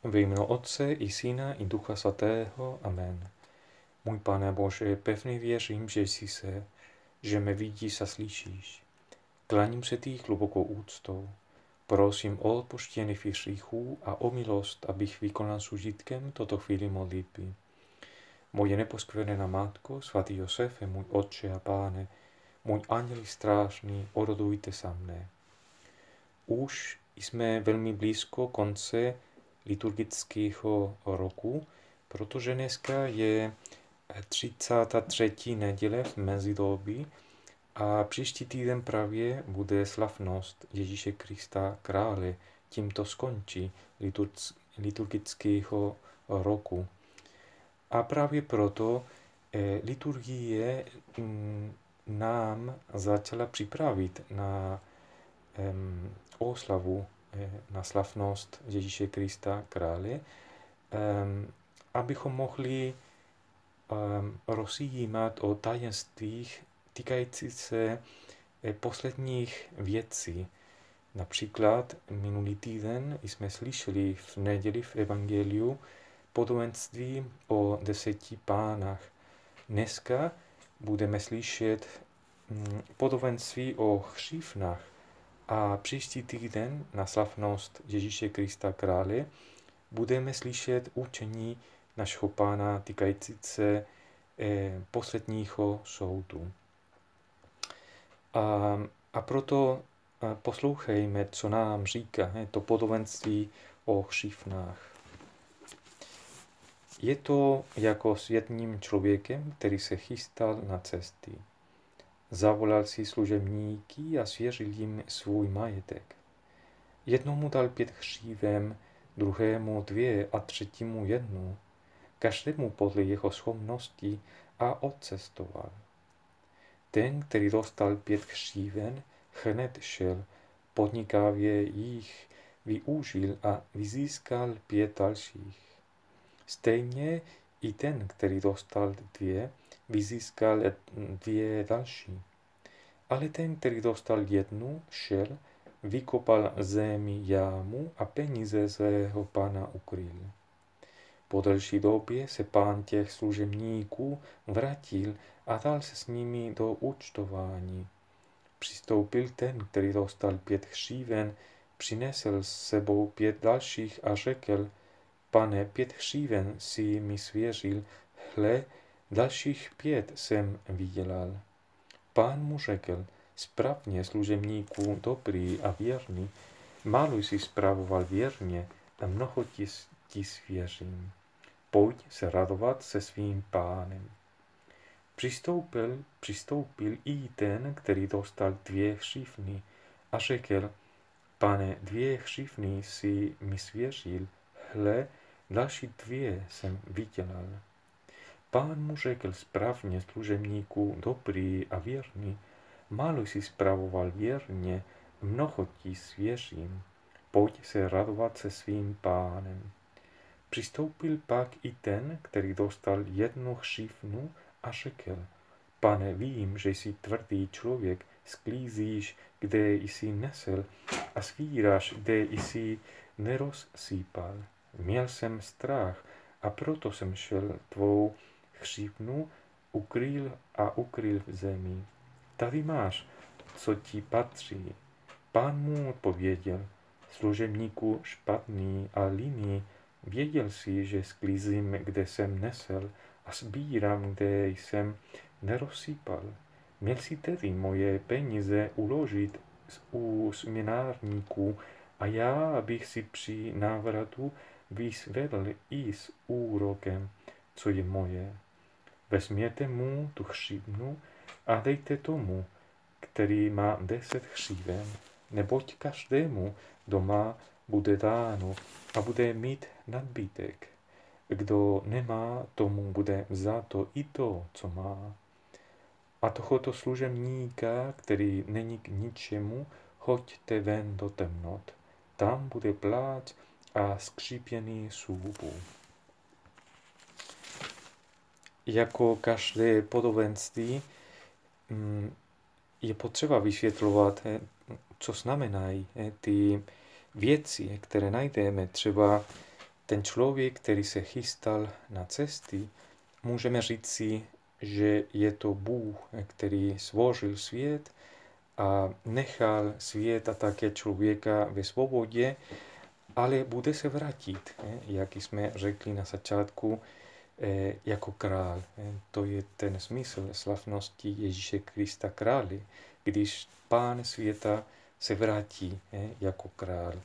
Ve jménu Otce i Syna i Ducha Svatého. Amen. Můj Pane Bože, pevně věřím, že jsi se, že mě vidíš a slyšíš. Klaním se tý hlubokou úctou. Prosím o odpuštění hříchů a o milost, abych vykonal s užitkem toto chvíli modlitby. Moje neposkvrněná Matko, svatý Josefe, můj Otče a Páne, můj anděli strážný, orodujte za mne. Už jsme velmi blízko konce liturgického roku, protože dneska je 33. neděle v mezidobí a příští týden právě bude slavnost Ježíše Krista krále. Tímto skončí liturgického roku. A právě proto liturgie nám začala připravit na oslavu, na slavnost Ježíše Krista krále, abychom mohli rozjímat o tajemstvích týkající se posledních věcí. Například minulý týden jsme slyšeli v neděli v Evangeliu podobenství o 10 pánách. Dneska budeme slyšet podobenství o hřífnách. A příští týden na slavnost Ježíše Krista krále budeme slyšet učení našeho Pána týkající se posledního soudu. A proto poslouchejme, co nám říká to podobenství o hřífnách. Je to jako s jedním člověkem, který se chystal na cesty. Zavolal si služebníky a svěřil jim svůj majetek. Jednomu dal 5 hříven, druhému 2 a třetímu 1, každému podle jeho schopnosti a odcestoval. Ten, který dostal 5 hříven, hned šel, podnikavě jich využil a vyzískal 5 dalších. Stejně i ten, který dostal 2, vyzískal 2 další. Ale ten, který dostal 1, šel, vykopal zemi jámu a peníze svého pána ukryl. Po delší době se pán těch služebníků vrátil a dal se s nimi do účtování. Přistoupil ten, který dostal 5 hříven, přinesl s sebou 5 dalších a řekl: Pane, 5 hříven si mi svěřil, hle, dalších 5 jsem vydělal. Pán mu řekl: Správně, služebníku dobrý a věrný, málo jsi spravoval věrně a mnoho ti svěřím. Pojď se radovat se svým pánem. Přistoupil i ten, který dostal 2 hřívny a řekl: Pane, 2 hřívny si mi svěřil, hle, další 2 jsem vydělal. Pán mu řekl: Správně, služebníku dobrý a věrný, málo jsi spravoval věrně, mnoho ti svěřím. Pojď se radovat se svým pánem. Přistoupil pak i ten, který dostal 1 hřívnu a řekl: Pane, vím, že jsi tvrdý člověk, sklízíš, kde jsi nesel, a svíráš, kde jsi nerozsýpal. Měl jsem strach a proto jsem šel tvou hřívnu, ukryl v zemi. Tady máš, co ti patří. Pán mu odpověděl: Služebníku špatný a líný, věděl jsi, že sklízím, kde jsem nesel, a sbírám, kde jsem nerozsýpal. Měl si tedy moje peníze uložit u směnárníků a já, abych si při návratu vyzvedl i s úrokem, co je moje. Vezměte mu tu hřívnu a dejte tomu, který má 10 hříven, neboť každému doma bude dáno a bude mít nadbytek. Kdo nemá, tomu bude vzato i to, co má. A tohoto služebníka, který není k ničemu, hoďte ven do temnot. Tam bude pláč a skřípění zubů. Jako každé podobenství je potřeba vysvětlovat, co znamenají ty věci, které najdeme třeba ten člověk, který se chystal na cesty, můžeme říci, že je to Bůh, který stvořil svět a nechal svět a také člověka ve svobodě, ale bude se vrátit, jak jsme řekli na začátku, jako král. To je ten smysl slavnosti Ježíše Krista králi, když Pán světa se vrátí jako král.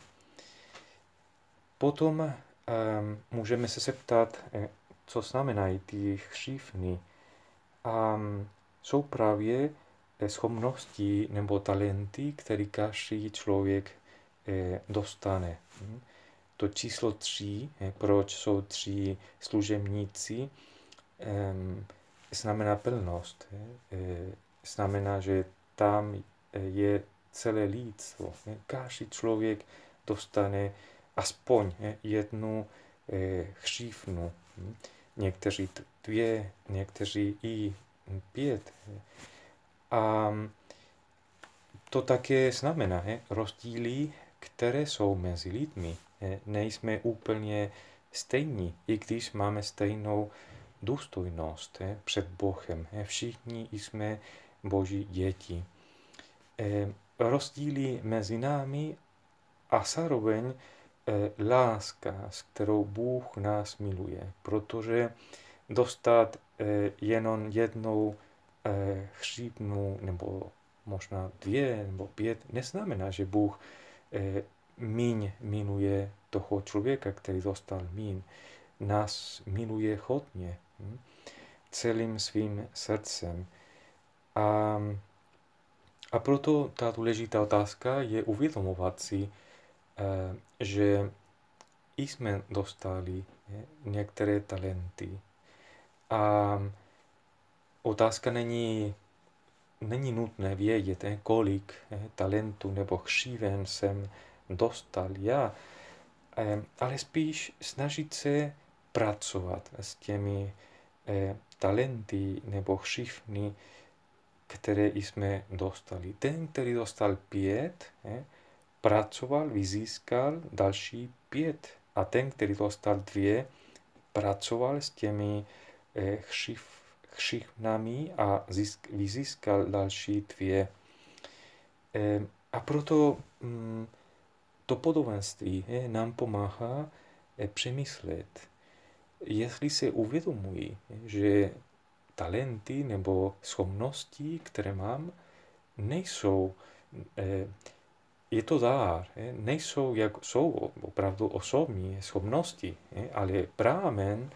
Potom můžeme se zeptat, co znamenají ty chřívny. Jsou právě schopnosti nebo talenty, které každý člověk dostane. To číslo 3, proč jsou 3 služebníci, znamená plnost. Znamená, že tam je celé lidstvo. Každý člověk dostane aspoň jednu chřívnu. Někteří 2, někteří i 5. A to také znamená rozdíly, které jsou mezi lidmi. Nejsme úplně stejní, i když máme stejnou důstojnost před Bohem. Všichni jsme Boží děti. Rozdíly mezi námi a zároveň láska, s kterou Bůh nás miluje, protože dostat jenom jednou chřívnu nebo možná 2 nebo 5 neznamená, že Bůh míň miluje toho člověka, který dostal míň. Nás miluje hodně, celým svým srdcem. A proto ta důležitá otázka je uvědomovat si, že jsme dostali některé talenty. A otázka není nutné vědět, kolik talentů nebo chříven jsem dostal já, ale spíš snažit se pracovat s těmi talenty nebo chřívny, které jsme dostali. Ten, který dostal 5, pracoval, vyzískal další 5. A ten, který dostal 2, pracoval s těmi chřívnami a vyzískal další 2. A proto to podobenství nám pomáhá přemyslet. Jestli se uvědomuji, že talenty nebo schopnosti, které mám, nejsou, je to dár, nejsou, jak jsou opravdu osobní schopnosti, ale prámen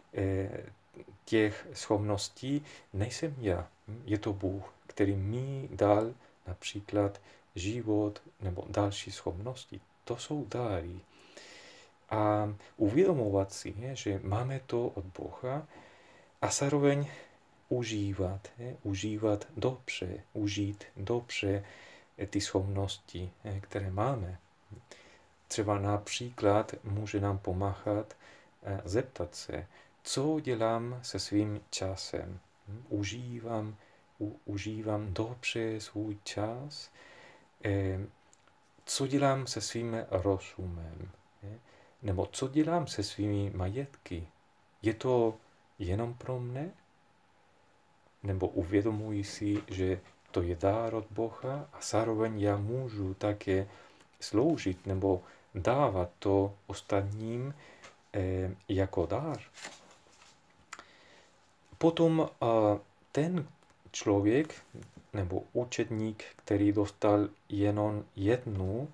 těch schopností nejsem já. Je to Bůh, který mi dal například život nebo další schopnosti. To jsou dáry. A uvědomovat si, že máme to od Boha a zároveň užívat dobře, užít dobře ty schopnosti, které máme. Třeba například může nám pomáhat zeptat se, co dělám se svým časem. Užívám dobře svůj čas, co dělám se svým rozumem, nebo co dělám se svými majetky. Je to jenom pro mne? Nebo uvědomuji si, že to je dár od Boha a zároveň já můžu také sloužit nebo dávat to ostatním jako dár. Potom ten člověk nebo učedník, který dostal jenom jednu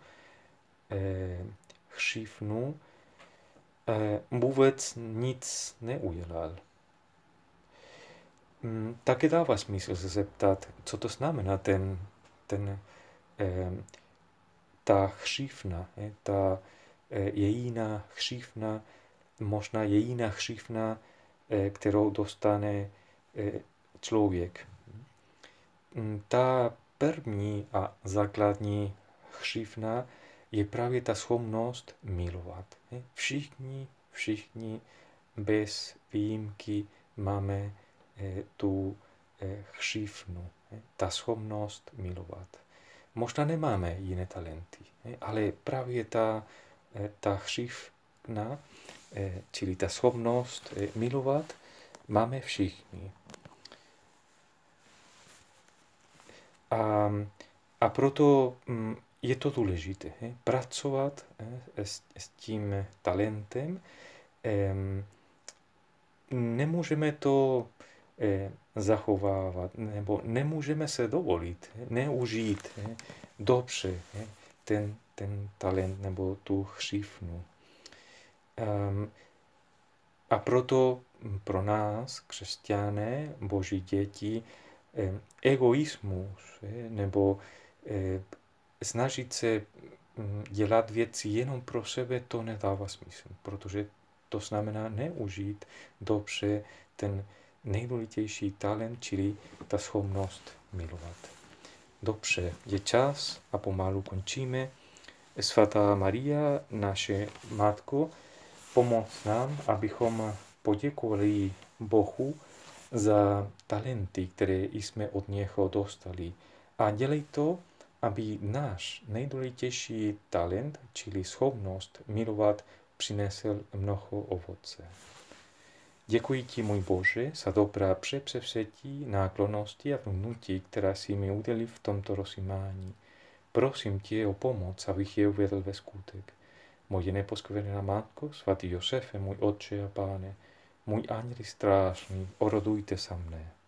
chřívnu, vůbec nic neudělal. Také dává smysl se zeptat, co to znamená ta chřívna, ta jediná chřívna, možná jediná chřívna, kterou dostane člověk. Ta první a základní chřívna je právě ta schopnost milovat. Všichni bez výjimky máme tu chřívnu, ta schopnost milovat. Možná nemáme jiné talenty, ale právě ta chřívna čili ta schopnost milovat máme všichni. A proto je to důležité pracovat s tím talentem. Nemůžeme to zachovávat, nebo nemůžeme se dovolit neužít dobře ten talent nebo tu křivnu. A proto pro nás, křesťané, boží děti, egoismus nebo snažit se dělat věci jenom pro sebe, to nedává smysl, protože to znamená neužít dobře ten nejdůležitější talent, čili ta schopnost milovat. Dobře, je čas a pomalu končíme. Svatá Maria, naše matko, pomoc nám, abychom poděkovali Bohu za talenty, které jsme od něho dostali. A dělej to, aby náš nejdůležitější talent, čili schopnost milovat, přinesl mnoho ovoce. Děkuji ti, můj Bože, za dobrá přepřevzetí, náklonnosti a vnutí, která si mi udělil v tomto rozjímání. Prosím tě o pomoc, abych je uvedl ve skutek. Moje neposkvrněná Matko, svatý Josefe, můj Otče a Páne, můj anděl strážný, orodujte za mne.